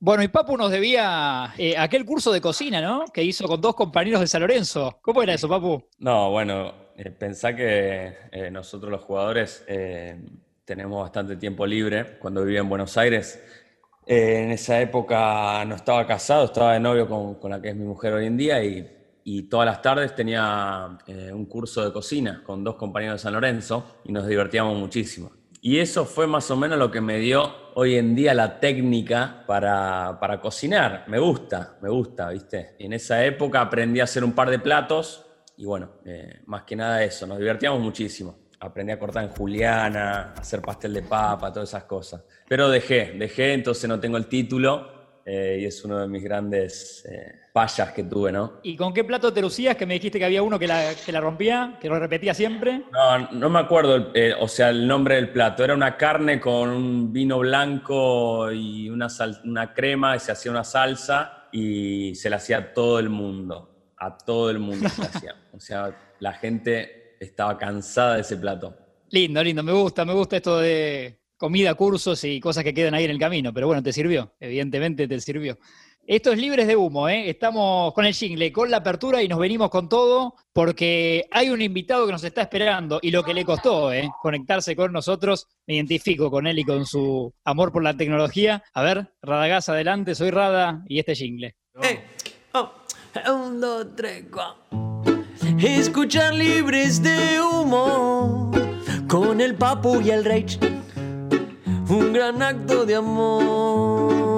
Bueno, y Papu nos debía aquel curso de cocina, ¿no? Que hizo con 2 compañeros de San Lorenzo. ¿Cómo era eso, Papu? No, bueno, pensá que nosotros los jugadores tenemos bastante tiempo libre cuando vivía en Buenos Aires. En esa época no estaba casado, estaba de novio con la que es mi mujer hoy en día y todas las tardes tenía un curso de cocina con 2 compañeros de San Lorenzo y nos divertíamos muchísimo. Y eso fue más o menos lo que me dio hoy en día la técnica para cocinar. Me gusta, ¿viste? En esa época aprendí a hacer un par de platos y bueno, más que nada eso, nos divertíamos muchísimo. Aprendí a cortar en juliana, a hacer pastel de papa, todas esas cosas. Pero dejé, entonces no tengo el título y es uno de mis grandes fallas que tuve, ¿no? ¿Y con qué plato te lucías? Que me dijiste que había uno que la rompía, que lo repetía siempre. No me acuerdo, el nombre del plato. Era una carne con un vino blanco y una crema, y se hacía una salsa y se la hacía a todo el mundo. A todo el mundo se la hacía. O sea, la gente estaba cansada de ese plato. Lindo, lindo. Me gusta esto de comida, cursos y cosas que quedan ahí en el camino. Pero bueno, te sirvió. Evidentemente te sirvió. Esto es Libres de Humo, ¿eh? Estamos con el jingle, con la apertura y nos venimos con todo porque hay un invitado que nos está esperando y lo que le costó, conectarse con nosotros. Me identifico con él y con su amor por la tecnología. A ver, Radagás, adelante, soy Rada y este jingle. Oh, 1, 2, 3, 4. Escuchar Libres de Humo con el Papu y el Reich. Un gran acto de amor.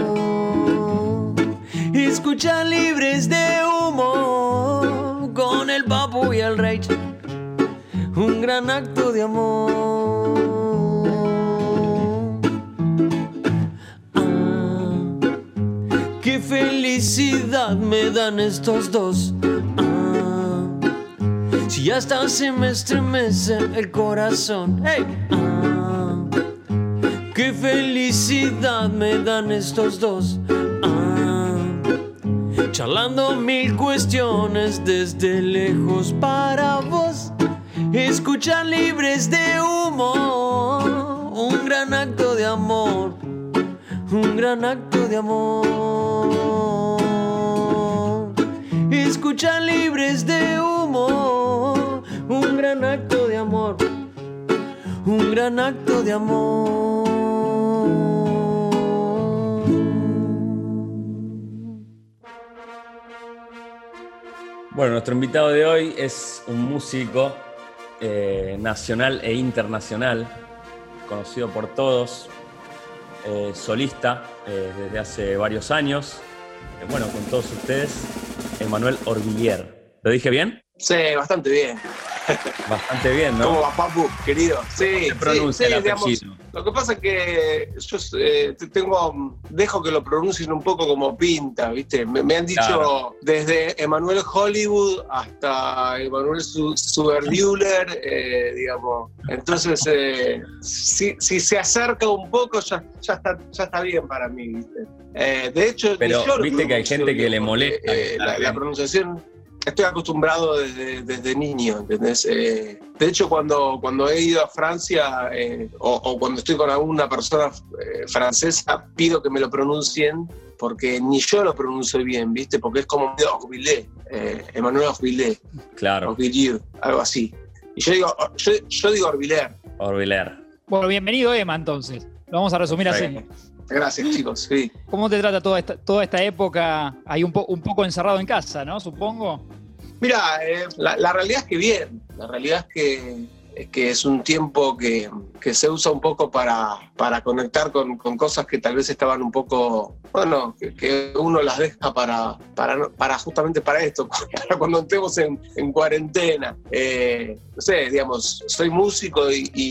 Escuchar Libres de Humo con el Papu y el Reich. Un gran acto de amor. Qué felicidad me dan estos dos. Si hasta se me estremece el corazón. Hey. Qué felicidad me dan estos dos. Charlando mil cuestiones desde lejos para vos. Escuchar Libres de Humo. Un gran acto de amor. Un gran acto de amor. Escuchar Libres de Humo. Un gran acto de amor. Un gran acto de amor. Bueno, nuestro invitado de hoy es un músico nacional e internacional, conocido por todos, solista desde hace varios años. Bueno, con todos ustedes, Emanuel Orvillier. ¿Lo dije bien? Sí, bastante bien. Bastante bien, ¿no? ¿Cómo va, Papu, querido? Sí, se pronuncia el apellido? Digamos, lo que pasa es que yo dejo que lo pronuncien un poco como pinta, ¿viste? Me han dicho claro, desde Emanuel Hollywood hasta Emanuel Superbuehler, digamos. Entonces, si se acerca un poco, ya está bien para mí, ¿viste? De hecho, pero viste que hay gente que le molesta la pronunciación. Estoy acostumbrado desde niño, ¿entendés? De hecho, cuando he ido a Francia o cuando estoy con alguna persona francesa, pido que me lo pronuncien porque ni yo lo pronuncio bien, ¿viste? Porque es como Orvillier, Emanuel Orvillier. Claro. Orvillier, algo así. Y yo digo Orvillier. Orvillier. Bueno, bienvenido, Emma, entonces. Lo vamos a resumir así. Gracias, chicos. Sí. ¿Cómo te trata toda esta época ahí un poco encerrado en casa, ¿no? Supongo. Mira, la realidad es que bien. La realidad es que es un tiempo que se usa un poco para conectar con cosas que tal vez estaban un poco, bueno, que uno las deja para justamente para esto, para cuando estemos en cuarentena. No sé, digamos, soy músico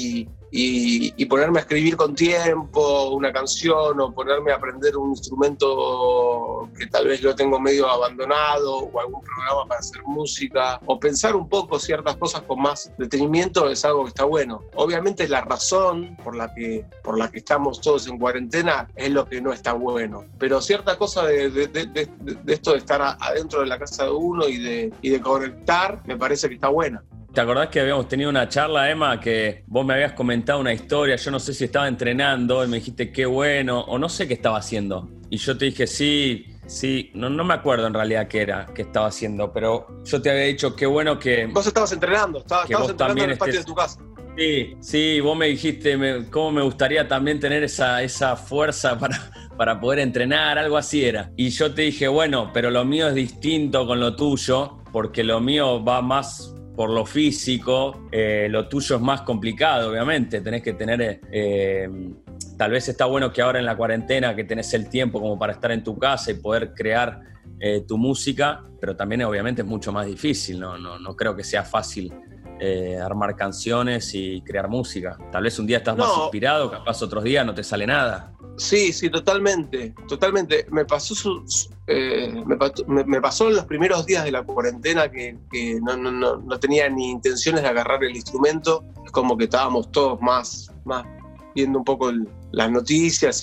y ponerme a escribir con tiempo una canción o ponerme a aprender un instrumento que tal vez lo tengo medio abandonado o algún programa para hacer música o pensar un poco ciertas cosas con más detenimiento es algo que está bueno. Obviamente la razón por la que estamos todos en cuarentena es lo que no está bueno, pero cierta cosa de esto de estar adentro de la casa de uno y de conectar me parece que está buena. ¿Te acordás que habíamos tenido una charla, Emma, que vos me habías comentado una historia? Yo no sé si estaba entrenando y me dijiste qué bueno, o no sé qué estaba haciendo. Y yo te dije sí, no me acuerdo en realidad qué estaba haciendo, pero yo te había dicho qué bueno que... Vos estabas entrenando, estabas entrenando en el patio de tu casa. Sí, vos me dijiste cómo me gustaría también tener esa fuerza para poder entrenar, algo así era. Y yo te dije, bueno, pero lo mío es distinto con lo tuyo, porque lo mío va más por lo físico, lo tuyo es más complicado, obviamente. Tenés que tener... tal vez está bueno que ahora en la cuarentena, que tenés el tiempo como para estar en tu casa y poder crear tu música, pero también obviamente es mucho más difícil, no creo que sea fácil armar canciones y crear música. Tal vez un día estás más inspirado, capaz otros días no te sale nada. Sí, totalmente. Me pasó me pasó en los primeros días de la cuarentena que no tenía ni intenciones de agarrar el instrumento. Es como que estábamos todos más viendo un poco las noticias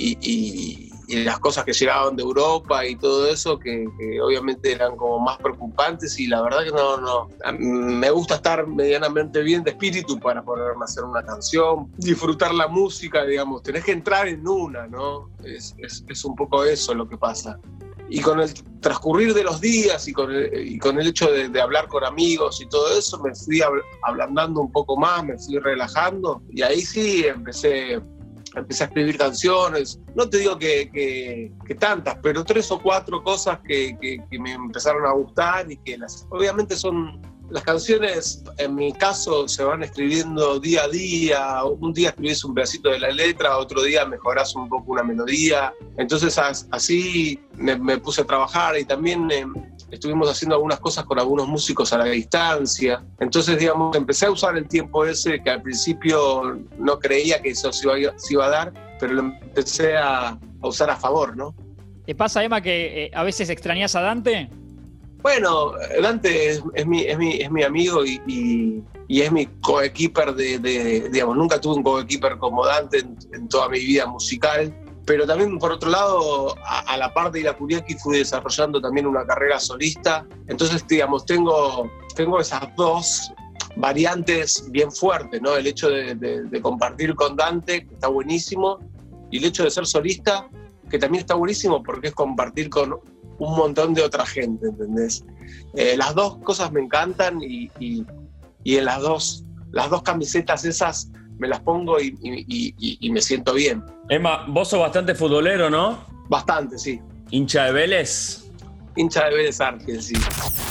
y las cosas que llegaban de Europa y todo eso, que obviamente eran como más preocupantes, y la verdad que no. Me gusta estar medianamente bien de espíritu para poderme hacer una canción, disfrutar la música, digamos. Tenés que entrar en una, ¿no? Es un poco eso lo que pasa. Y con el transcurrir de los días y con el hecho de hablar con amigos y todo eso, me fui ablandando un poco más, me fui relajando, y ahí sí empecé a escribir canciones. No te digo que tantas, pero 3 o 4 cosas que me empezaron a gustar, y que obviamente son... Las canciones, en mi caso, se van escribiendo día a día. Un día escribís un pedacito de la letra, otro día mejorás un poco una melodía. Entonces así me puse a trabajar, y también estuvimos haciendo algunas cosas con algunos músicos a la distancia. Entonces, digamos, empecé a usar el tiempo ese que al principio no creía que eso se iba a dar, pero lo empecé a usar a favor, ¿no? ¿Te pasa, Emma, que a veces extrañás a Dante? Bueno, Dante es mi amigo y es mi coequiper digamos, nunca tuve un coequiper como Dante en toda mi vida musical, pero también, por otro lado, a la par de Iracuriaki fui desarrollando también una carrera solista. Entonces, digamos, tengo esas dos variantes bien fuertes, ¿no? El hecho de compartir con Dante, que está buenísimo, y el hecho de ser solista, que también está buenísimo porque es compartir con un montón de otra gente, ¿entendés? Las dos cosas me encantan, y en las dos camisetas esas me las pongo y me siento bien. Emma, vos sos bastante futbolero, ¿no? Bastante, sí. ¿Hincha de Vélez? Hincha de Vélez Arfield, sí.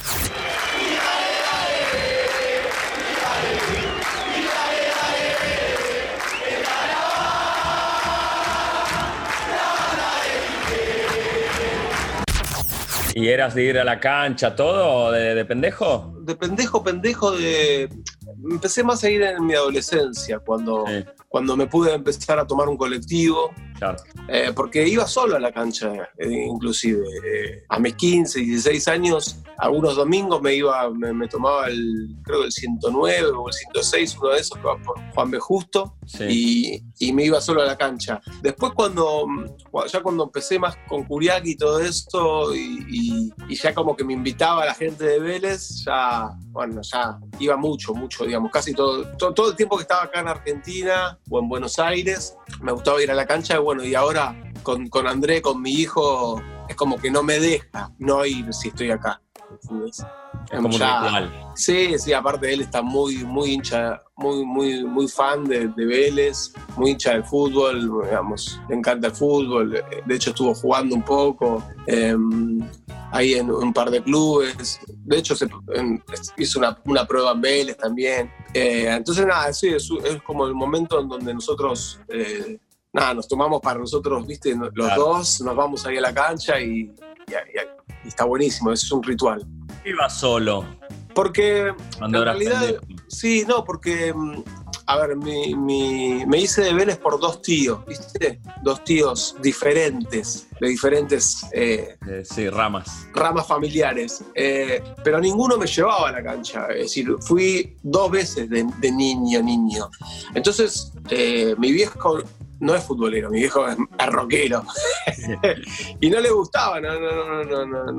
¿Y eras de ir a la cancha, todo, de pendejo? De pendejo, empecé más a ir en mi adolescencia, cuando me pude empezar a tomar un colectivo. Claro. Porque iba solo a la cancha, inclusive. A mis 15, 16 años, algunos domingos me tomaba creo que el 109 o el 106, uno de esos que va por Juan B. Justo, sí. y me iba solo a la cancha. Después cuando empecé más con Curiaki y todo esto, y ya como que me invitaba a la gente de Vélez, ya iba mucho, digamos, casi todo el tiempo que estaba acá en Argentina o en Buenos Aires, me gustaba ir a la cancha. Y ahora con André, con mi hijo, es como que no me deja no ir si estoy acá. Es como un ritual. Sí, aparte él está muy hincha, muy fan de Vélez, muy hincha del fútbol, digamos, le encanta el fútbol. De hecho estuvo jugando un poco ahí en un par de clubes. De hecho hizo una prueba en Vélez también. Entonces nada, sí, es como el momento en donde nosotros nos tomamos para nosotros, ¿viste? Los dos nos vamos ahí a la cancha y está buenísimo, es un ritual. Iba solo. Porque cuando en realidad, pendejo. Sí, no, porque, a ver, me hice de Vélez por 2 tíos, ¿viste? 2 tíos diferentes, de diferentes ramas familiares, pero ninguno me llevaba a la cancha. Es decir, fui 2 veces de niño. Entonces, mi viejo no es futbolero, mi viejo es rockero. Y no le gustaba, no.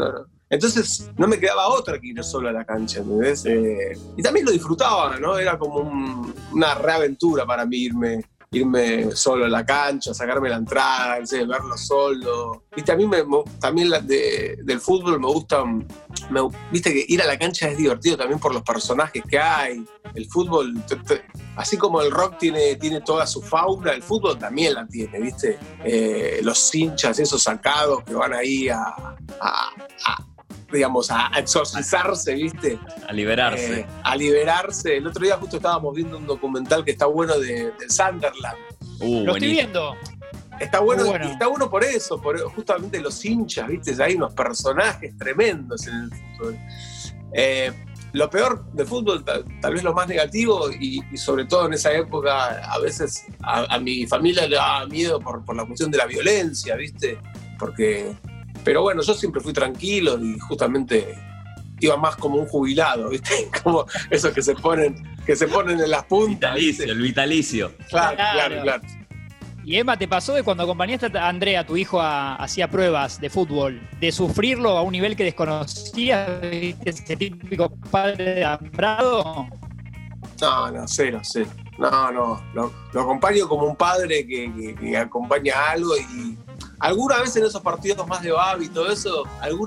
Entonces no me quedaba otra que ir solo a la cancha, ¿entendés? Y también lo disfrutaba, ¿no? Era como una reaventura para mí irme solo a la cancha, sacarme la entrada, verlo solo. Viste, a mí también del fútbol me gusta, viste que ir a la cancha es divertido también por los personajes que hay. El fútbol, así como el rock tiene toda su fauna, el fútbol también la tiene, viste. Los hinchas, esos sacados que van ahí a exorcizarse, ¿viste? A liberarse. A liberarse. El otro día justo estábamos viendo un documental que está bueno del Sunderland. Lo estoy viendo. Está bueno, está bueno por eso, por justamente los hinchas, ¿viste? Hay unos personajes tremendos en el fútbol. Lo peor del fútbol, tal vez lo más negativo, y sobre todo en esa época, a veces a mi familia le daba miedo por la cuestión de la violencia, ¿viste? Pero bueno, yo siempre fui tranquilo y justamente iba más como un jubilado, ¿viste? Como esos que se ponen en las puntas. Vitalicio, ¿viste? El vitalicio. Claro. Y Emma, ¿te pasó de cuando acompañaste a Andrea, tu hijo, hacía pruebas de fútbol, de sufrirlo a un nivel que desconocías, ¿viste? Ese típico padre ambrado? No, cero. No. Lo acompaño como un padre que acompaña algo, y alguna vez en esos partidos más de Babi y todo eso,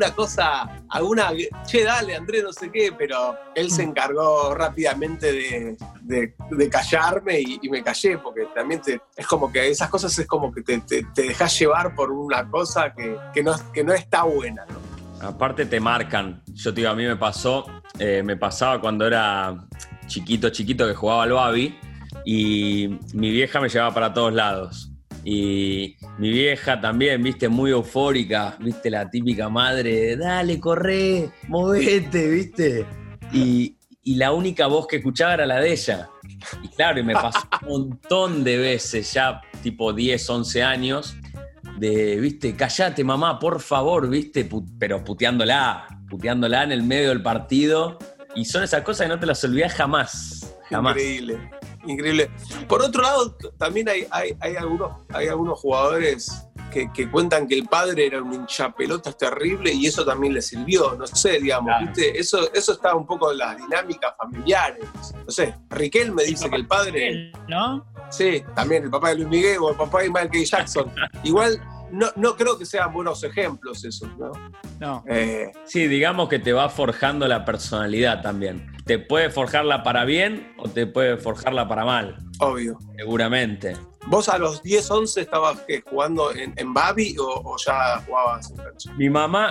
che, dale, Andrés, no sé qué, pero él se encargó rápidamente de callarme y me callé, porque también es como que esas cosas es como que te dejás llevar por una cosa que no está buena, ¿no? Aparte te marcan. Yo te digo, a mí me pasaba cuando era chiquito que jugaba al Babi, y mi vieja me llevaba para todos lados. Y mi vieja también, viste, muy eufórica, viste, la típica madre, dale, corre, movete, viste. Y la única voz que escuchaba era la de ella. Y claro, y me pasó un montón de veces, ya tipo 10, 11 años, viste, callate mamá, por favor, viste, pero puteándola en el medio del partido. Y son esas cosas que no te las olvidás jamás. Increíble. Por otro lado, también hay algunos jugadores que cuentan que el padre era un hinchapelotas terrible, y eso también le sirvió, no sé, digamos, claro. ¿Viste? Eso está un poco en las dinámicas familiares. No sé, Riquelme dice que el padre... ¿No? Sí, también el papá de Luis Miguel o el papá de Michael Jackson. Igual no creo que sean buenos ejemplos esos, ¿no? No. Sí, digamos que te va forjando la personalidad también. Te puede forjarla para bien o te puede forjarla para mal. Obvio. Seguramente. ¿Vos a los 10, 11 estabas jugando en Babi o ya jugabas en cancha? Mi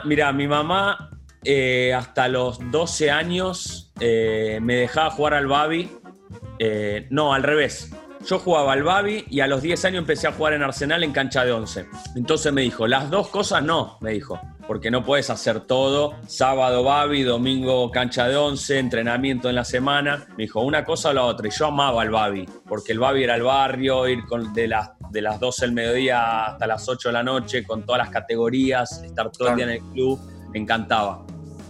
mamá hasta los 12 años me dejaba jugar al Babi. No, al revés. Yo jugaba al Babi y a los 10 años empecé a jugar en Arsenal en cancha de 11. Entonces me dijo, las dos cosas no, me dijo, porque no puedes hacer todo. Sábado Babi, domingo cancha de 11, entrenamiento en la semana. Me dijo, una cosa o la otra. Y yo amaba al Babi, porque el Babi era el barrio, ir de las 12 del mediodía hasta las 8 de la noche, con todas las categorías, estar todo el día en el club, me encantaba.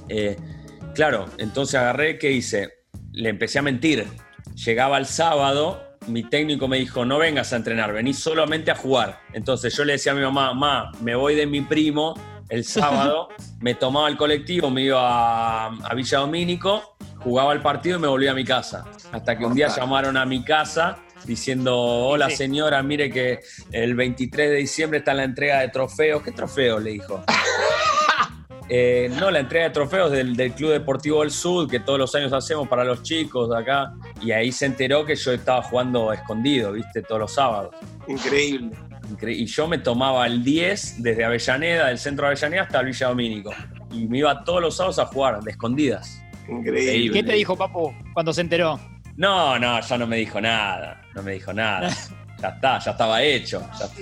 Claro, entonces agarré, ¿qué hice? Le empecé a mentir. Llegaba el sábado, mi técnico me dijo, no vengas a entrenar, venís solamente a jugar. Entonces yo le decía a mi mamá, me voy de mi primo el sábado, me tomaba el colectivo, me iba a Villa Domínico, jugaba el partido y me volvía a mi casa. Hasta que un día llamaron a mi casa diciendo, hola señora, mire que el 23 de diciembre está la entrega de trofeos. ¿Qué trofeo? Le dijo. No, la entrega de trofeos del Club Deportivo del Sud, que todos los años hacemos para los chicos de acá. Y ahí se enteró que yo estaba jugando escondido, ¿viste? Todos los sábados. Increíble. Y yo me tomaba el 10 desde Avellaneda, del centro de Avellaneda hasta el Villa Domínico. Y me iba todos los sábados a jugar, de escondidas. Increíble. ¿Qué te dijo, papu, cuando se enteró? No, ya no me dijo nada. Ya está, ya estaba hecho.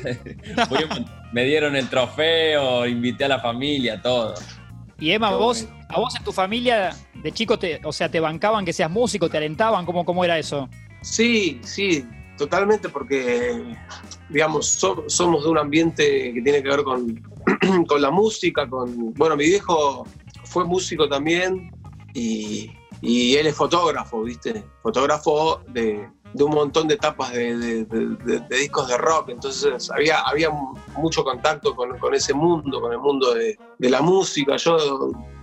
Me dieron el trofeo, invité a la familia, todo. Y Emma, a vos en tu familia de chico te bancaban que seas músico, te alentaban, ¿cómo era eso? Sí, totalmente, porque digamos, somos de un ambiente que tiene que ver con la música, bueno, mi viejo fue músico también y él es fotógrafo, ¿viste? Fotógrafo de un montón de etapas de discos de rock, entonces había mucho contacto con ese mundo, con el mundo de la música. Yo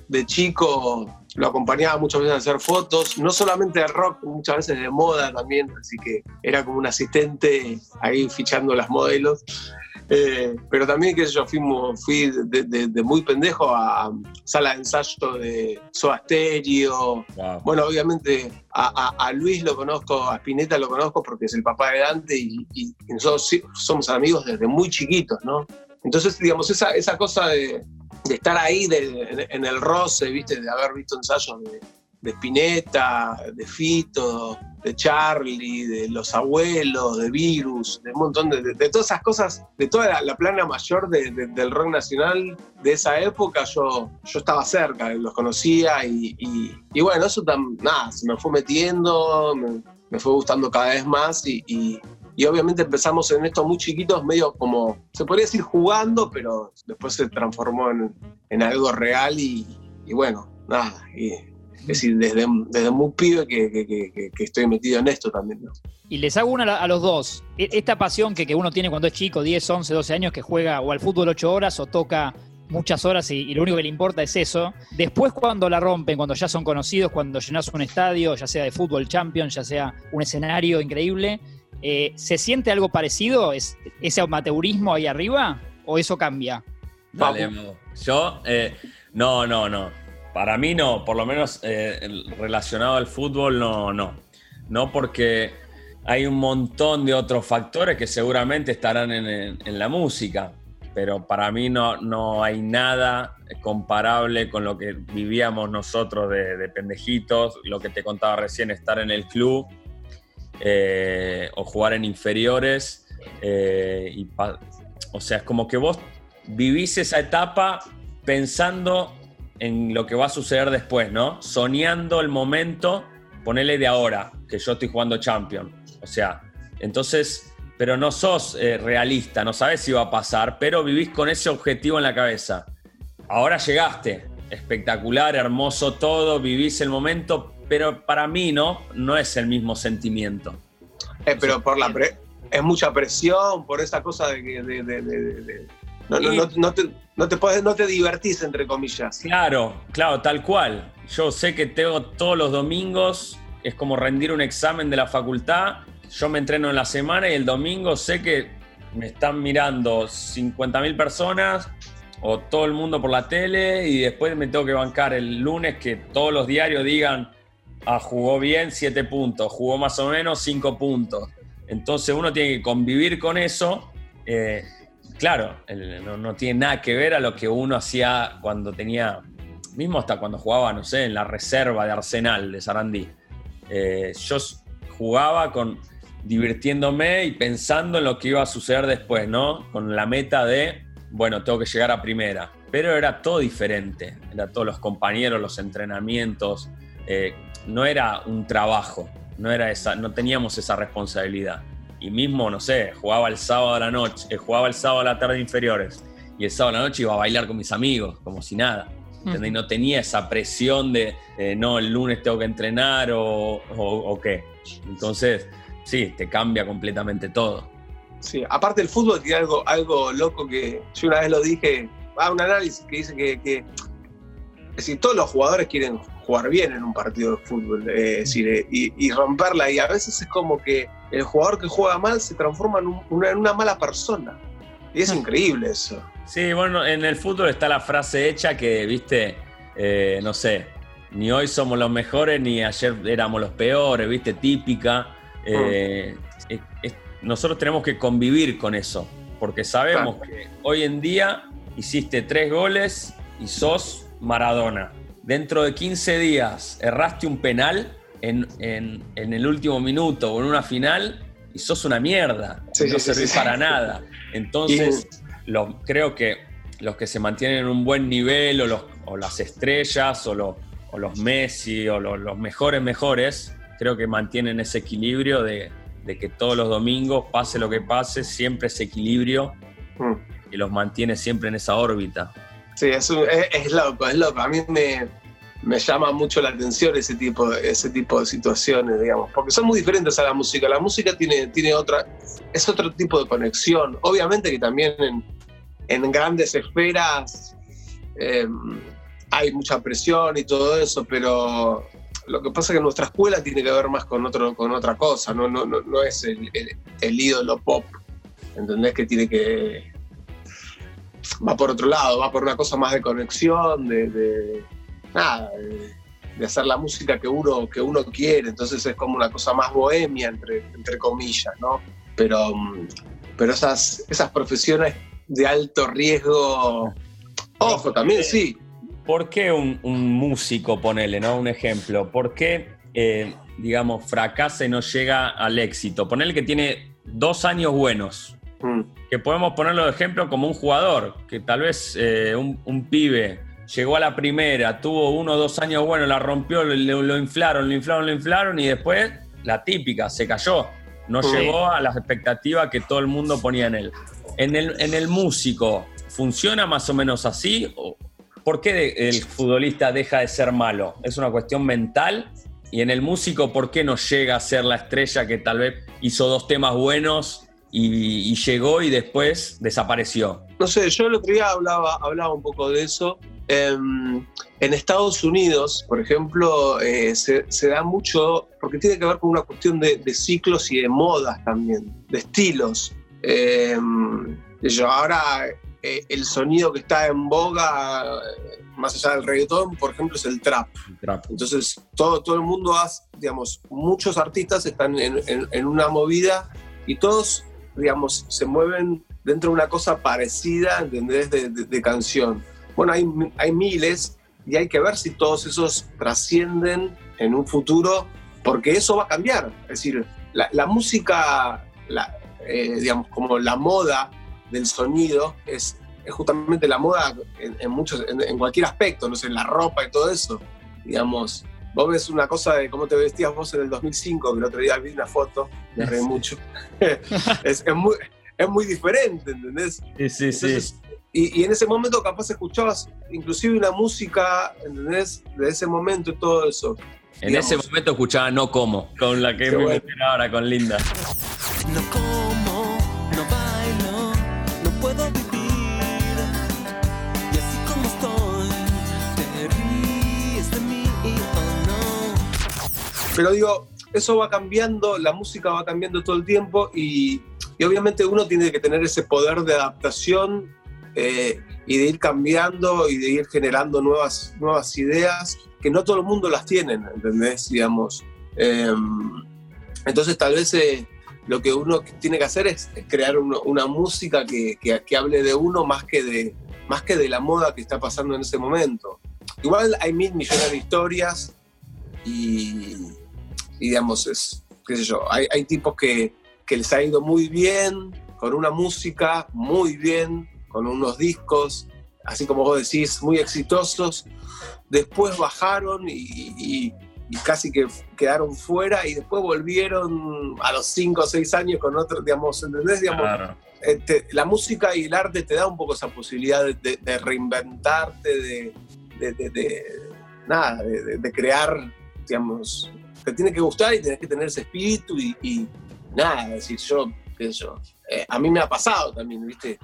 de chico lo acompañaba muchas veces a hacer fotos, no solamente de rock, muchas veces de moda también, así que era como un asistente ahí fichando las modelos. Pero también, qué sé yo, fui de muy pendejo a sala de ensayo de Soda Stereo. Wow. Bueno, obviamente a Luis lo conozco, a Spinetta lo conozco porque es el papá de Dante y nosotros somos amigos desde muy chiquitos, ¿no? Entonces, digamos, esa cosa de estar ahí en el roce, ¿viste? De haber visto ensayos de Spinetta, de Fito, de Charlie, de Los Abuelos, de Virus, de un montón de todas esas cosas, de toda la plana mayor del rock nacional de esa época, yo estaba cerca, los conocía y bueno, eso se me fue metiendo, me fue gustando cada vez más y obviamente empezamos en esto muy chiquitos, medio como, se podría decir jugando, pero después se transformó en algo real y bueno, nada. Es decir, desde muy pibe que estoy metido en esto también, ¿no? Y les hago una a los dos. Esta pasión que uno tiene cuando es chico, 10, 11, 12 años, que juega o al fútbol 8 horas o toca muchas horas y lo único que le importa es eso. Después cuando la rompen, cuando ya son conocidos, cuando llenás un estadio, ya sea de fútbol champion, ya sea un escenario increíble, ¿se siente algo parecido? ¿Es ese amateurismo ahí arriba o eso cambia? Dale, yo, no. Para mí no, por lo menos relacionado al fútbol no porque hay un montón de otros factores que seguramente estarán en la música, pero para mí no hay nada comparable con lo que vivíamos nosotros de pendejitos, lo que te contaba recién, estar en el club o jugar en inferiores, o sea, es como que vos vivís esa etapa pensando en lo que va a suceder después, ¿no? Soñando el momento, ponele de ahora, que yo estoy jugando Champions. O sea, entonces, pero no sos realista, no sabes si va a pasar, pero vivís con ese objetivo en la cabeza. Ahora llegaste, espectacular, hermoso todo, vivís el momento, pero para mí no es el mismo sentimiento. Pero por es mucha presión, por esa cosa de que... No te divertís, entre comillas. Claro, tal cual. Yo sé que tengo todos los domingos, es como rendir un examen de la facultad. Yo me entreno en la semana y el domingo sé que me están mirando 50.000 personas o todo el mundo por la tele y después me tengo que bancar el lunes que todos los diarios digan jugó bien 7 puntos, jugó más o menos 5 puntos. Entonces uno tiene que convivir con eso. Claro, no tiene nada que ver a lo que uno hacía cuando tenía, mismo hasta cuando jugaba, no sé, en la reserva de Arsenal de Sarandí. Yo jugaba divirtiéndome y pensando en lo que iba a suceder después, ¿no? Con la meta de, bueno, tengo que llegar a primera. Pero era todo diferente, era todos los compañeros, los entrenamientos, no era un trabajo, no teníamos esa responsabilidad. Y mismo, no sé, jugaba el sábado a la noche, jugaba el sábado a la tarde inferiores y el sábado a la noche iba a bailar con mis amigos, como si nada. ¿Entendés? No tenía esa presión de, no, el lunes tengo que entrenar o qué. Entonces, sí, te cambia completamente todo. Sí, aparte el fútbol tiene algo loco que yo una vez lo dije, un análisis que dice que es decir, todos los jugadores quieren jugar bien en un partido de fútbol, es decir, y romperla, y a veces es como que el jugador que juega mal se transforma en una mala persona, y es increíble eso. Sí, bueno, en el fútbol está la frase hecha que, viste, no sé, ni hoy somos los mejores ni ayer éramos los peores, viste, típica. Nosotros tenemos que convivir con eso, porque sabemos que hoy en día hiciste 3 goles y sos Maradona. Dentro de 15 días erraste un penal en el último minuto o en una final y sos una mierda, no servís para nada. Entonces, creo que los que se mantienen en un buen nivel o las estrellas o los Messi o los mejores, creo que mantienen ese equilibrio de que todos los domingos, pase lo que pase, siempre ese equilibrio y los mantiene siempre en esa órbita. Sí, es loco. A mí me llama mucho la atención ese tipo de situaciones, digamos, porque son muy diferentes a la música. La música tiene otro tipo de conexión. Obviamente que también en grandes esferas hay mucha presión y todo eso, pero lo que pasa es que nuestra escuela tiene que ver más con otra cosa, no es el ídolo pop, ¿entendés? Que tiene que... va por otro lado, va por una cosa más de conexión, de hacer la música que uno quiere, entonces es como una cosa más bohemia, entre comillas, ¿no? Pero esas profesiones de alto riesgo, ojo, también sí. ¿Por qué un músico, ponele, ¿no? Un ejemplo, ¿por qué, digamos, fracasa y no llega al éxito? Ponele que tiene 2 años buenos, que podemos ponerlo de ejemplo como un jugador, que tal vez un pibe llegó a la primera, tuvo 1 o 2 años buenos, la rompió, lo inflaron y después la típica, se cayó. No llegó a las expectativas que todo el mundo ponía en él. En el músico, ¿funciona más o menos así? ¿Por qué el futbolista deja de ser malo? ¿Es una cuestión mental? Y en el músico, ¿por qué no llega a ser la estrella que tal vez hizo 2 temas buenos y llegó y después desapareció? No sé, yo el otro día hablaba un poco de eso. En Estados Unidos, por ejemplo, se da mucho, porque tiene que ver con una cuestión de ciclos y de modas también, de estilos. Ahora el sonido que está en boga, más allá del reggaetón, por ejemplo, es el trap. Entonces todo el mundo hace, digamos, muchos artistas están en una movida y todos, digamos, se mueven dentro de una cosa parecida, ¿entendés? De canción. Bueno, hay miles y hay que ver si todos esos trascienden en un futuro, porque eso va a cambiar. Es decir, la música, digamos, como la moda del sonido es justamente la moda en cualquier aspecto, no sé, en la ropa y todo eso. Digamos, vos ves una cosa de cómo te vestías vos en el 2005, que el otro día vi una foto, me reí mucho. es muy diferente, ¿entendés? Sí. Entonces, y en ese momento capaz escuchabas inclusive una música, ¿entendés? De ese momento y todo eso. En ese momento escuchaba No Como, con la que me metí ahora, con Linda. No como, no bailo, no puedo vivir. Y así como estoy, te ríes de mí, oh no. Pero digo, eso va cambiando, la música va cambiando todo el tiempo y obviamente uno tiene que tener ese poder de adaptación y de ir cambiando y de ir generando nuevas ideas que no todo el mundo las tiene, ¿entendés? Digamos. Entonces tal vez lo que uno tiene que hacer es crear una música que hable de uno más que de la moda que está pasando en ese momento. Igual hay 1.000 millones de historias y digamos, qué sé yo, hay tipos que les ha ido muy bien, con una música muy bien, con unos discos, así como vos decís, muy exitosos. Después bajaron y casi que quedaron fuera y después volvieron a los 5 o 6 años con otro, digamos, ¿entendés? Digamos, claro. La música y el arte te da un poco esa posibilidad de reinventarte, de crear, digamos, te tiene que gustar y tenés que tener ese espíritu y nada, es decir, qué sé yo, a mí me ha pasado también, ¿viste?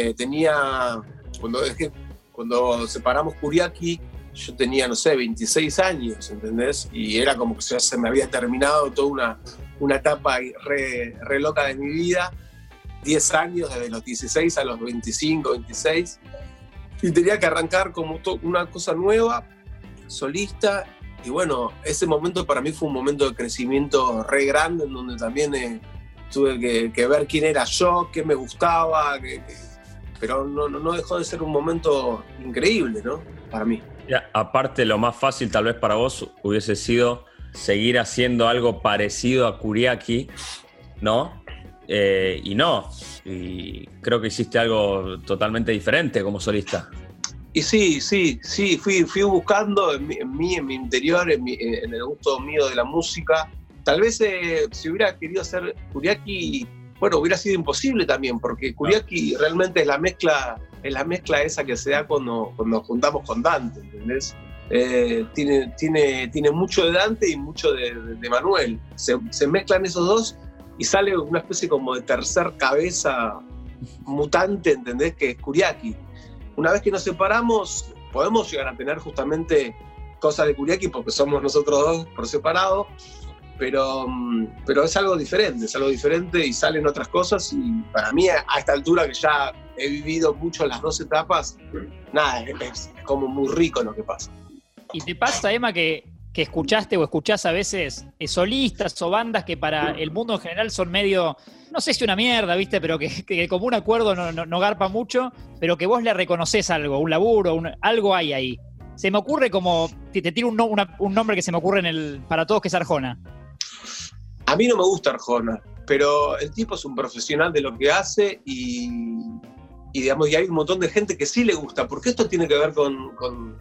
Cuando separamos Kuriaki, yo tenía, no sé, 26 años, ¿entendés? Y era como que se me había terminado toda una etapa re loca de mi vida, 10 años, desde los 16 a los 25, 26, y tenía que arrancar como una cosa nueva, solista, y bueno, ese momento para mí fue un momento de crecimiento re grande, en donde también tuve que ver quién era yo, qué me gustaba, pero no dejó de ser un momento increíble, ¿no? Para mí. Ya, aparte, lo más fácil tal vez para vos hubiese sido seguir haciendo algo parecido a Kuriaki, ¿no? Y no. Y creo que hiciste algo totalmente diferente como solista. Y sí, fui buscando en mi interior, en el gusto mío de la música. Tal vez si hubiera querido hacer Kuriaki, bueno, hubiera sido imposible también, porque Kuriaki realmente es la mezcla esa que se da cuando juntamos con Dante, ¿entendés? Tiene mucho de Dante y mucho de Manuel. Se mezclan esos dos y sale una especie como de tercer cabeza mutante, ¿entendés? Que es Kuriaki. Una vez que nos separamos, podemos llegar a tener justamente cosas de Kuriaki porque somos nosotros dos por separado, pero es algo diferente y salen otras cosas, y para mí a esta altura que ya he vivido mucho las dos etapas, nada, es como muy rico lo que pasa. ¿Y te pasa, Emma, que escuchaste o escuchás a veces solistas o bandas que para el mundo en general son medio, no sé si una mierda, ¿viste? Pero que como un acuerdo no garpa mucho, pero que vos le reconoces algo, un laburo, algo hay ahí? Se me ocurre como, te tiro un nombre que se me ocurre para todos, que es Arjona. A mí no me gusta Arjona, pero el tipo es un profesional de lo que hace y digamos, y hay un montón de gente que sí le gusta, porque esto tiene que ver con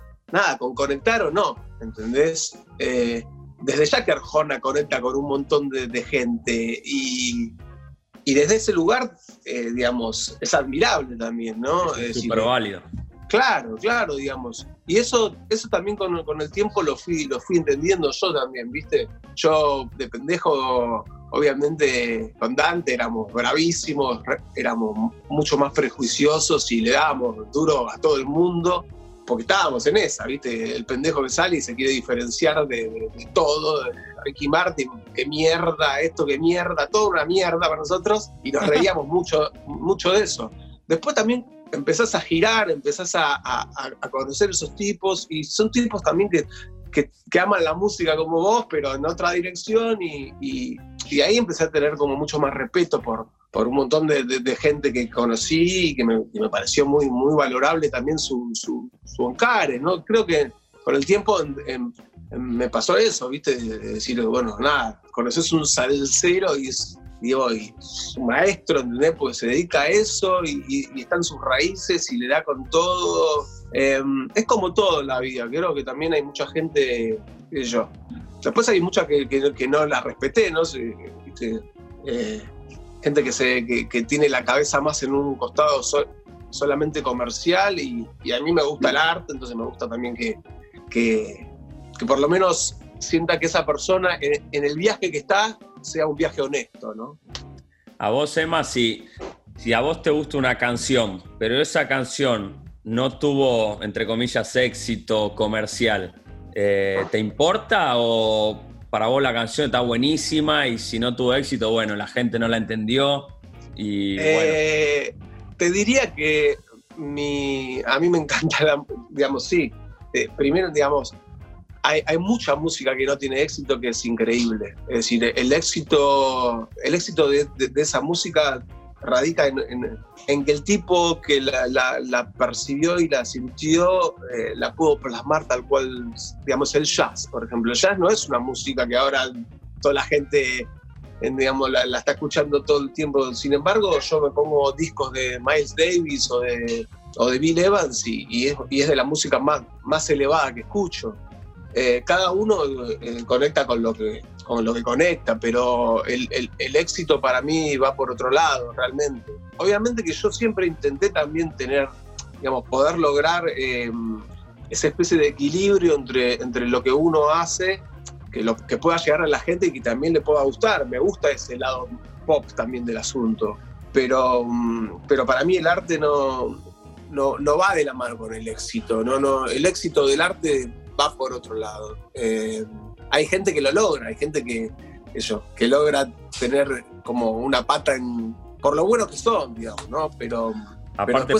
conectar o no, ¿entendés? Desde ya que Arjona conecta con un montón de gente y desde ese lugar, digamos, es admirable también, ¿no? Es súper válido. Claro, digamos. Y eso también con el tiempo lo fui entendiendo yo también, ¿viste? Yo de pendejo, obviamente, con Dante éramos bravísimos, éramos mucho más prejuiciosos y le dábamos duro a todo el mundo, porque estábamos en esa, ¿viste? El pendejo que sale y se quiere diferenciar de todo, de Ricky Martin, qué mierda, esto, qué mierda, toda una mierda para nosotros, y nos reíamos mucho de eso. Después también empezás a girar, empezás a conocer esos tipos, y son tipos también que aman la música como vos, pero en otra dirección, y ahí empecé a tener como mucho más respeto por un montón de gente que conocí y que me pareció muy, muy valorable también su encare, ¿no? Creo que con el tiempo me pasó eso, ¿viste? De decir, bueno, nada, conoces un salsero y es un maestro, ¿entendés? Porque se dedica a eso y está en sus raíces y le da con todo. Es como todo en la vida, creo que también hay mucha gente, qué sé yo. Después hay mucha que no la respeté, ¿no? ¿Viste? Gente que tiene la cabeza más en un costado solamente comercial, y a mí me gusta el arte, entonces me gusta también que por lo menos sienta que esa persona en el viaje que está sea un viaje honesto, ¿no? A vos, Emma, si a vos te gusta una canción, pero esa canción no tuvo, entre comillas, éxito comercial, ¿te importa o para vos la canción está buenísima y si no tuvo éxito, bueno, la gente no la entendió y bueno? Te diría que a mí me encanta, digamos, sí. Primero, digamos, hay mucha música que no tiene éxito que es increíble. Es decir, el éxito de esa música radica en que el tipo que la percibió y la sintió la pudo plasmar tal cual, digamos, el jazz, por ejemplo. El jazz no es una música que ahora toda la gente, digamos, la está escuchando todo el tiempo. Sin embargo, yo me pongo discos de Miles Davis o de Bill Evans y es de la música más elevada que escucho. Cada uno conecta con lo que conecta, pero el éxito para mí va por otro lado, realmente. Obviamente que yo siempre intenté también tener, digamos, poder lograr esa especie de equilibrio entre lo que uno hace, que pueda llegar a la gente y que también le pueda gustar. Me gusta ese lado pop también del asunto, pero para mí el arte no va de la mano con el éxito. No, el éxito del arte va por otro lado. Hay gente que lo logra, hay gente que logra tener como una pata por lo bueno que son, digamos, ¿no? Pero aparte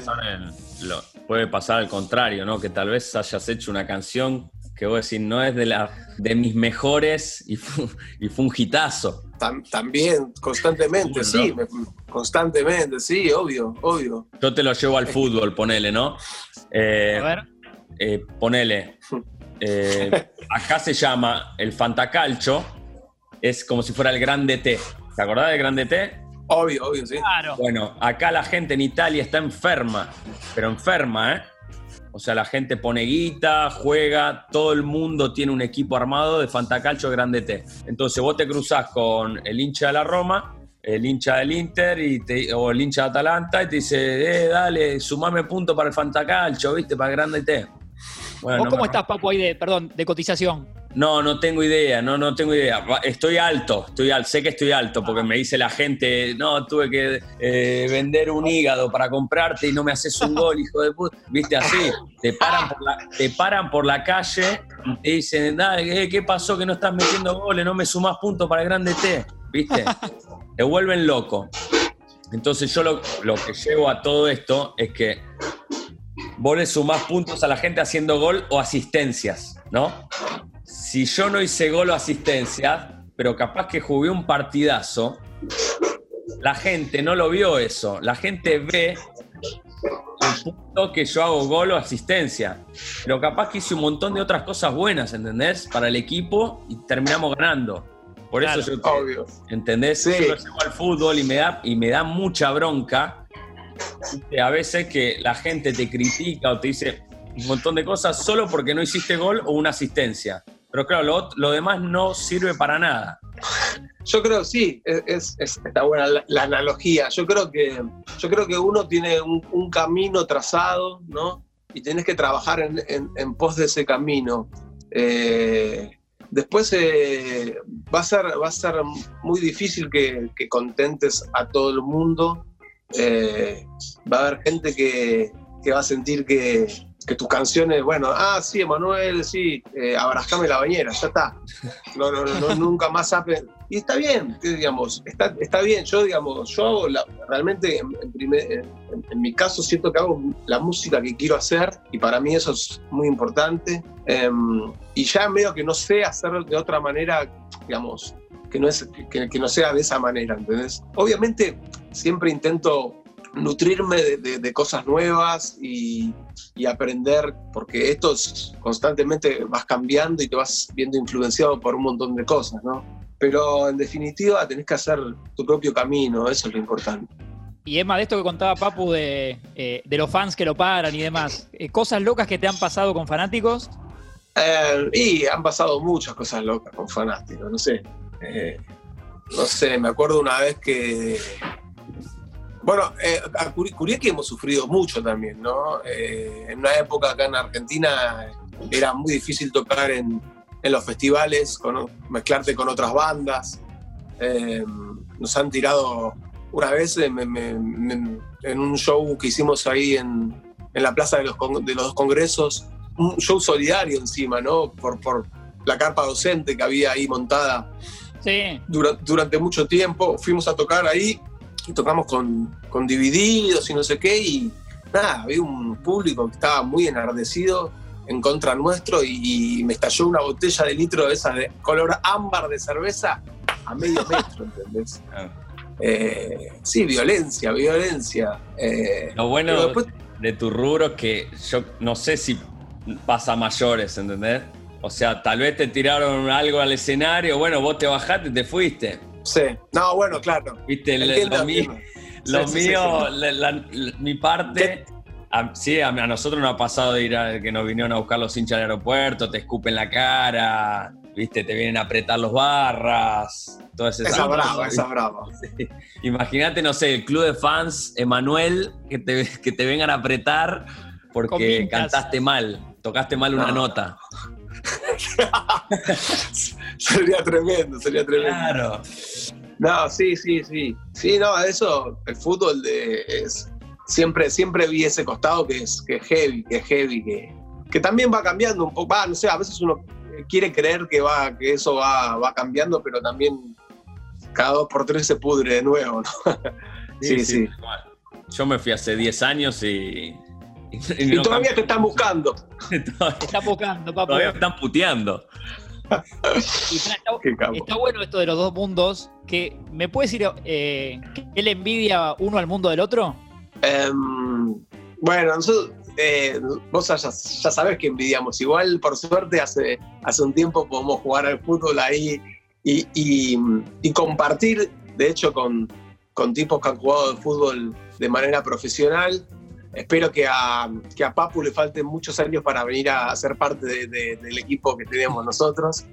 puede pasar al contrario, ¿no? Que tal vez hayas hecho una canción que vos decís no es de mis mejores y fue un hitazo. También, constantemente, sí, constantemente, sí, obvio. Yo te lo llevo al fútbol, ponele, ¿no? A ver. Ponele. Acá se llama el Fantacalcio, es como si fuera el Grande T. ¿Te acordás del Grande T? Obvio, sí. Claro. Bueno, acá la gente en Italia está enferma, pero enferma, ¿eh? O sea, la gente pone guita, juega, todo el mundo tiene un equipo armado de Fantacalcio Grande T. Entonces vos te cruzás con el hincha de la Roma, el hincha del Inter o el hincha de Atalanta y te dice, dale, sumame punto para el Fantacalcio, ¿viste? Para el Grande T. Bueno, ¿Vos cómo estás, Papu, ahí de cotización? No tengo idea, no tengo idea. Estoy alto, sé que estoy alto porque me dice la gente, no, tuve que vender un hígado para comprarte y no me haces un gol, hijo de puta. Viste, así, te paran por la calle y te dicen, ¿qué pasó que no estás metiendo goles? No me sumás puntos para el Grande T, ¿viste? Te vuelven loco. Entonces yo lo que llevo a todo esto es que vos le sumás puntos a la gente haciendo gol o asistencias, ¿no? Si yo no hice gol o asistencia, pero capaz que jugué un partidazo, la gente no lo vio eso. La gente ve el punto que yo hago gol o asistencia. Pero capaz que hice un montón de otras cosas buenas, ¿entendés? Para el equipo y terminamos ganando. Por eso yo obvio. ¿Entendés? Sí. Yo lo llevo al fútbol y me da mucha bronca. A veces que la gente te critica o te dice un montón de cosas solo porque no hiciste gol o una asistencia. Pero claro, lo demás no sirve para nada. Yo creo, sí, está buena la analogía. Yo creo que uno tiene un camino trazado, ¿no? Y tenés que trabajar en pos de ese camino. Después va a ser muy difícil que contentes a todo el mundo. Va a haber gente que va a sentir que tus canciones, bueno, sí, Emanuel, sí, abrázame la bañera, ya está. No, nunca más happen. Y está bien, digamos, está bien. Yo hago realmente, en mi caso, siento que hago la música que quiero hacer y para mí eso es muy importante. Y ya medio que no sé hacer de otra manera, digamos, que no sea de esa manera, ¿entendés? Obviamente siempre intento nutrirme de cosas nuevas y aprender, porque esto constantemente vas cambiando y te vas viendo influenciado por un montón de cosas, ¿no? Pero en definitiva tenés que hacer tu propio camino, eso es lo importante. Y Emma, de esto que contaba Papu de los fans que lo paran y demás, ¿cosas locas que te han pasado con fanáticos? Y han pasado muchas cosas locas con fanáticos, no sé. No sé, me acuerdo una vez que... Bueno, a Curieki hemos sufrido mucho también, ¿no? En una época acá en Argentina era muy difícil tocar en los festivales, mezclarte con otras bandas. Nos han tirado una vez en un show que hicimos ahí en la Plaza de los Dos Congresos, un show solidario encima, ¿no? Por la carpa docente que había ahí montada. Sí. Durante mucho tiempo fuimos a tocar ahí y tocamos con Divididos y no sé qué, y nada, había un público que estaba muy enardecido en contra nuestro y me estalló una botella de litro de esa de color ámbar de cerveza a medio metro, ¿entendés? Sí, violencia. Lo bueno después... de tu rubro es que yo no sé si pasa a mayores, ¿entendés? O sea, tal vez te tiraron algo al escenario, bueno, vos te bajaste y te fuiste. Sí, no, bueno, claro. Viste, lo mío, mi parte, a nosotros nos ha pasado de ir que nos vinieron a buscar los hinchas del aeropuerto, te escupen la cara, viste, te vienen a apretar los barras, todas esas cosas. Esa brava. Sí. Imagínate, no sé, el club de fans, Emanuel, que te vengan a apretar porque cantaste mal, tocaste mal una nota. Sería tremendo. Claro. No, sí. Sí, no, eso, el fútbol siempre vi ese costado que es heavy, que también va cambiando un poco. No sé, a veces uno quiere creer que eso va cambiando, pero también cada 2 por 3 se pudre de nuevo, ¿no? Sí. Yo me fui hace 10 años y todavía te están buscando. Te están buscando, papá. Todavía me están puteando. Está bueno esto de los dos mundos. Que, ¿me puedes decir qué le envidia uno al mundo del otro? Bueno, nosotros, vos ya sabés que envidiamos. Igual, por suerte, hace un tiempo podemos jugar al fútbol ahí y compartir, de hecho, con tipos que han jugado de fútbol de manera profesional. Espero que a Papu le falten muchos años para venir a ser parte del equipo que tenemos nosotros.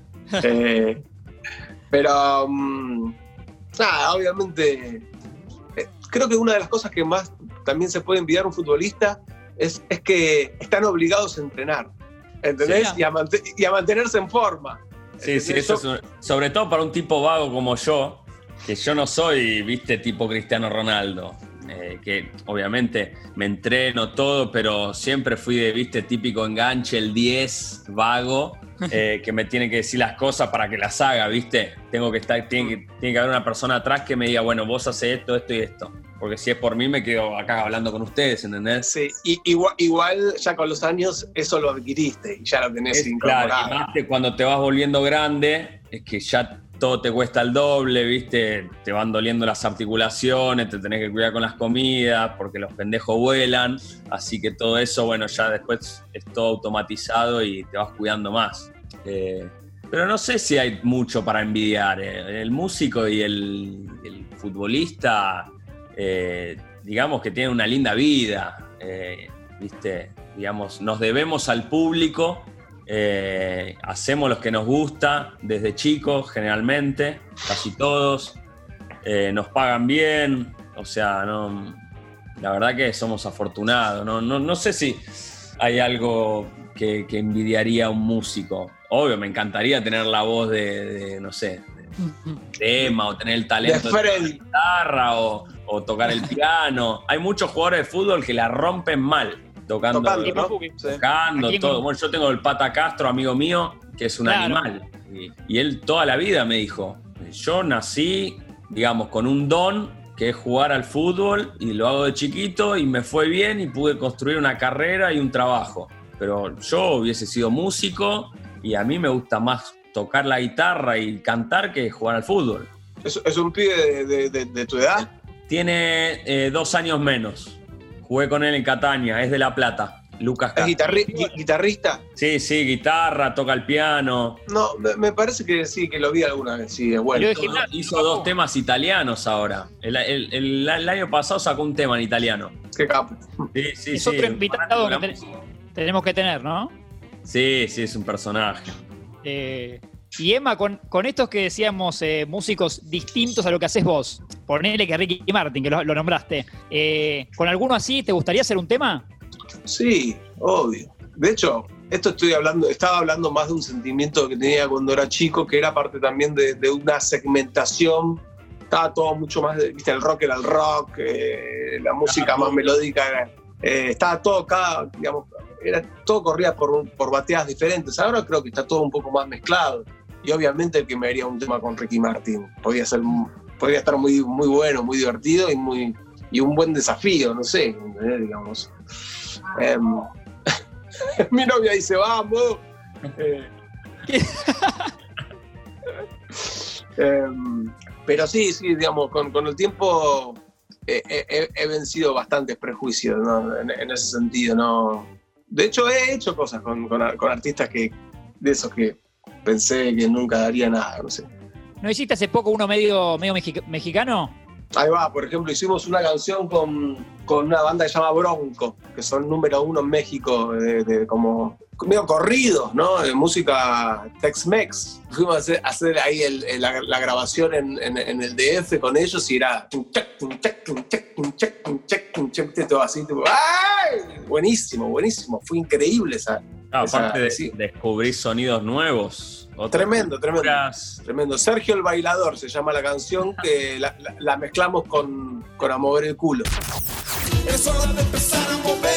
Pero, nada, obviamente, creo que una de las cosas que más también se puede envidiar a un futbolista es que están obligados a entrenar. ¿entendés? Sí. Y a mantenerse en forma. Sí, eso es sobre todo para un tipo vago como yo, que yo no soy, viste, tipo Cristiano Ronaldo, que obviamente me entreno todo, pero siempre fui de, viste, típico enganche, el 10, vago, que me tiene que decir las cosas para que las haga, viste. Tiene que haber una persona atrás que me diga, bueno, vos haces esto, esto y esto. Porque si es por mí, me quedo acá hablando con ustedes, ¿entendés? Sí, y igual ya con los años eso lo adquiriste y ya lo tenés incorporado. Claro, y más que cuando te vas volviendo grande, es que ya todo te cuesta el doble, ¿viste? Te van doliendo las articulaciones, te tenés que cuidar con las comidas, porque los pendejos vuelan. Así que todo eso, bueno, ya después es todo automatizado y te vas cuidando más. Pero no sé si hay mucho para envidiar. El músico y el futbolista, digamos que tienen una linda vida, ¿viste? Digamos, nos debemos al público. Hacemos lo que nos gusta desde chicos, generalmente, casi todos, nos pagan bien, o sea, la verdad que somos afortunados, no sé si hay algo que envidiaría a un músico. Obvio, me encantaría tener la voz de no sé, de Emma, o tener el talento de tocar la guitarra o tocar el piano. Hay muchos jugadores de fútbol que la rompen mal. Tocando todo. Bueno, yo tengo el Pata Castro, amigo mío, que es un animal. Y él toda la vida me dijo, yo nací, digamos, con un don que es jugar al fútbol y lo hago de chiquito y me fue bien y pude construir una carrera y un trabajo. Pero yo hubiese sido músico y a mí me gusta más tocar la guitarra y cantar que jugar al fútbol. ¿Es un pibe de tu edad? Tiene 2 años menos. Jugué con él en Catania, es de La Plata, Lucas Castro. ¿Es guitarrista? Sí, guitarra, toca el piano. No, me parece que sí, que lo vi alguna vez, sí, es bueno. Hizo 2 temas italianos ahora. El año pasado sacó un tema en italiano. Qué capo. Sí, es otro invitado que tenemos que tener, ¿no? Sí, es un personaje. Y Emma, con estos que decíamos, músicos distintos a lo que haces vos, ponele que Ricky Martin, que lo nombraste, ¿con alguno así te gustaría hacer un tema? Sí, obvio. De hecho, estaba hablando más de un sentimiento que tenía cuando era chico, que era parte también de una segmentación. Estaba todo mucho más, viste, el rock era el rock, la música más melódica estaba todo todo corría por bateadas diferentes. Ahora creo que está todo un poco más mezclado. Y obviamente el que me haría un tema con Ricky Martin podría estar muy, muy bueno, muy divertido y un buen desafío, no sé, digamos. Mi novia dice, vamos. Pero sí, digamos, con el tiempo he vencido bastantes prejuicios, ¿no? En ese sentido, ¿no? De hecho, he hecho cosas con artistas de esos que pensé que nunca daría nada, no sé. ¿No hiciste hace poco uno medio mexicano? Ahí va, por ejemplo, hicimos una canción con una banda que se llama Bronco, que son número 1 en México, como medio corridos, ¿no? De música Tex-Mex. Fuimos a hacer ahí la grabación en el DF con ellos y era todo así, tipo, ¡ay! Buenísimo, fue increíble esa. Aparte descubrir sonidos nuevos. Tremendo. Sergio el Bailador se llama la canción, que la mezclamos con A Mover el Culo. Es hora de empezar a mover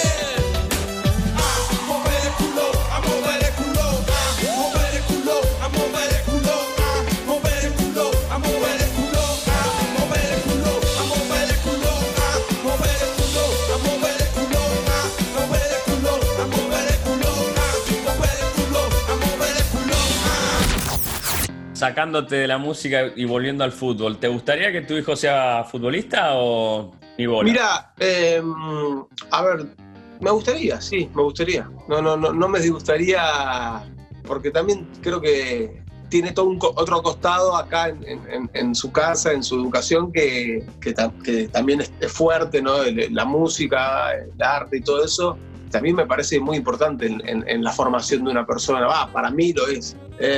el culo, a mover el culo, a mover el culo, a mover el culo, a mover el culo, a mover el culo, a mover el culo, a mover el culo, a mover el culo, a mover el culo, a mover el culo, a mover el culo, a mover el culo, a mover el culo. Sacándote de la música y volviendo al fútbol, ¿te gustaría que tu hijo sea futbolista o ni bola? Mira, a ver, me gustaría. No me disgustaría, porque también creo que tiene todo otro costado acá en su casa, en su educación, que también es fuerte, ¿no? La música, el arte y todo eso, también me parece muy importante en la formación de una persona. Para mí lo es.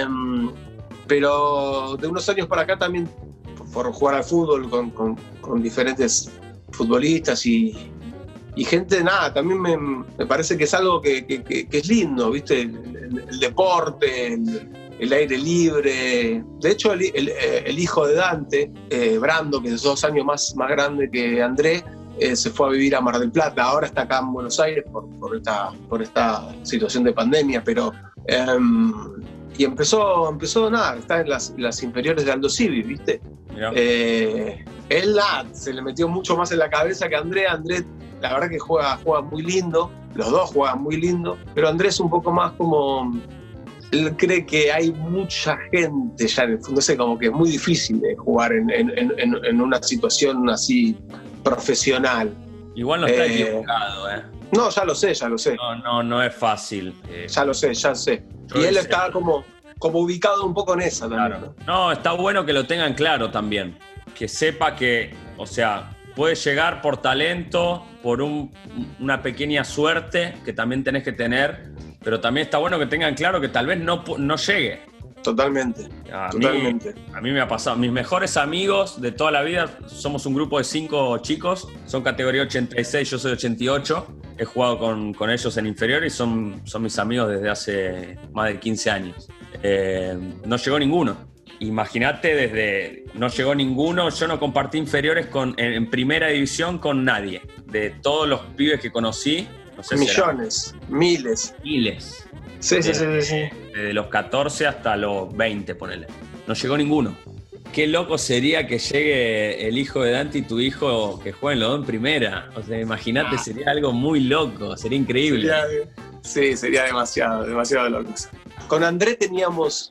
Pero de unos años para acá también, por jugar al fútbol con diferentes futbolistas y y gente, nada, también me parece que es algo que es lindo, ¿viste? El deporte, el aire libre. De hecho, el hijo de Dante, Brando, que es 2 años más grande que André, se fue a vivir a Mar del Plata. Ahora está acá en Buenos Aires por esta situación de pandemia, pero... y empezó nada, está en las inferiores de Aldo Civi, ¿viste? Él se le metió mucho más en la cabeza que André. André, la verdad que juega muy lindo, los dos juegan muy lindo, pero André es un poco más como... Él cree que hay mucha gente ya en el fondo, no sé, como que es muy difícil jugar en una situación así profesional. Igual no está equivocado, ¿eh? No, ya lo sé. No es fácil. Ya lo sé. Y él está como ubicado un poco en esa también. Claro. No, está bueno que lo tengan claro también. Que sepa que, o sea, puede llegar por talento, por una pequeña suerte que también tenés que tener, pero también está bueno que tengan claro que tal vez no llegue. Totalmente. A mí me ha pasado. Mis mejores amigos de toda la vida, somos un grupo de 5 chicos, son categoría 86, yo soy 88. He jugado con ellos en inferior y son mis amigos desde hace más de 15 años. No llegó ninguno. Imagínate, no llegó ninguno. Yo no compartí inferiores en primera división con nadie. De todos los pibes que conocí, no sé, millones, miles. Sí. Desde los 14 hasta los 20, ponele. No llegó ninguno. Qué loco sería que llegue el hijo de Dante y tu hijo que jueguen los dos en primera. O sea, imagínate, sería algo muy loco, sería increíble. Sería demasiado loco. Con André tenemos,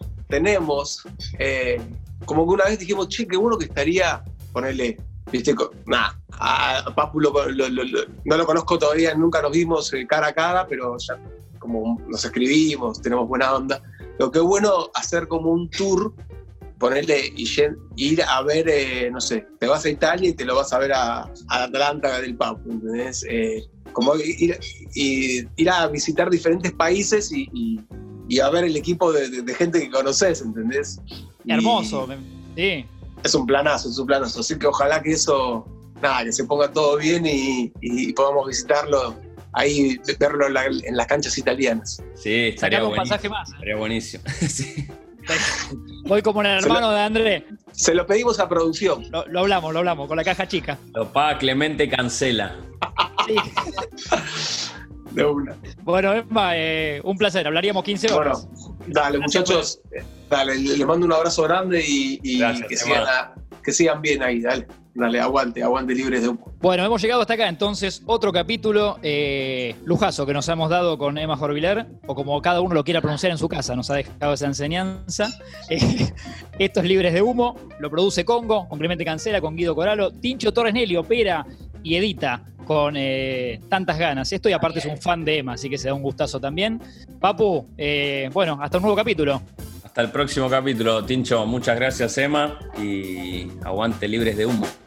como que una vez dijimos, che, qué bueno que estaría, ponerle, viste, a Papu no lo conozco todavía, nunca nos vimos cara a cara, pero ya como nos escribimos, tenemos buena onda. Lo que es bueno hacer como un tour, ponerle y ir a ver, no sé, te vas a Italia y te lo vas a ver a Atlanta del Papu, ¿entendés? Como ir a visitar diferentes países y a ver el equipo de gente que conoces, ¿entendés? Hermoso, sí. Es un planazo. Así que ojalá que eso, que se ponga todo bien y podamos visitarlo ahí, verlo en las canchas italianas. Sí, estaría buenísimo. Un pasaje más. Estaría buenísimo. Sí. Voy como el hermano de André. Se lo pedimos a producción. Lo hablamos con la caja chica. Lo paga Clemente Cancela. Sí. De una. Bueno, Emma, un placer. Hablaríamos 15 horas. Bueno, dale, muchachos. Dale, les mando un abrazo grande y gracias, que sigan bien ahí. Dale, aguante Libres de Humo. Bueno, hemos llegado hasta acá, entonces, otro capítulo lujazo que nos hemos dado con Emma Jorviler, o como cada uno lo quiera pronunciar en su casa, nos ha dejado esa enseñanza. Esto es Libres de Humo, lo produce Congo, con Clemente Cancela, con Guido Coralo, Tincho Torres Nelly opera y edita con tantas ganas. Esto y aparte es un fan de Emma, así que se da un gustazo también. Papu, bueno, hasta un nuevo capítulo. Hasta el próximo capítulo, Tincho. Muchas gracias, Emma, y aguante Libres de Humo.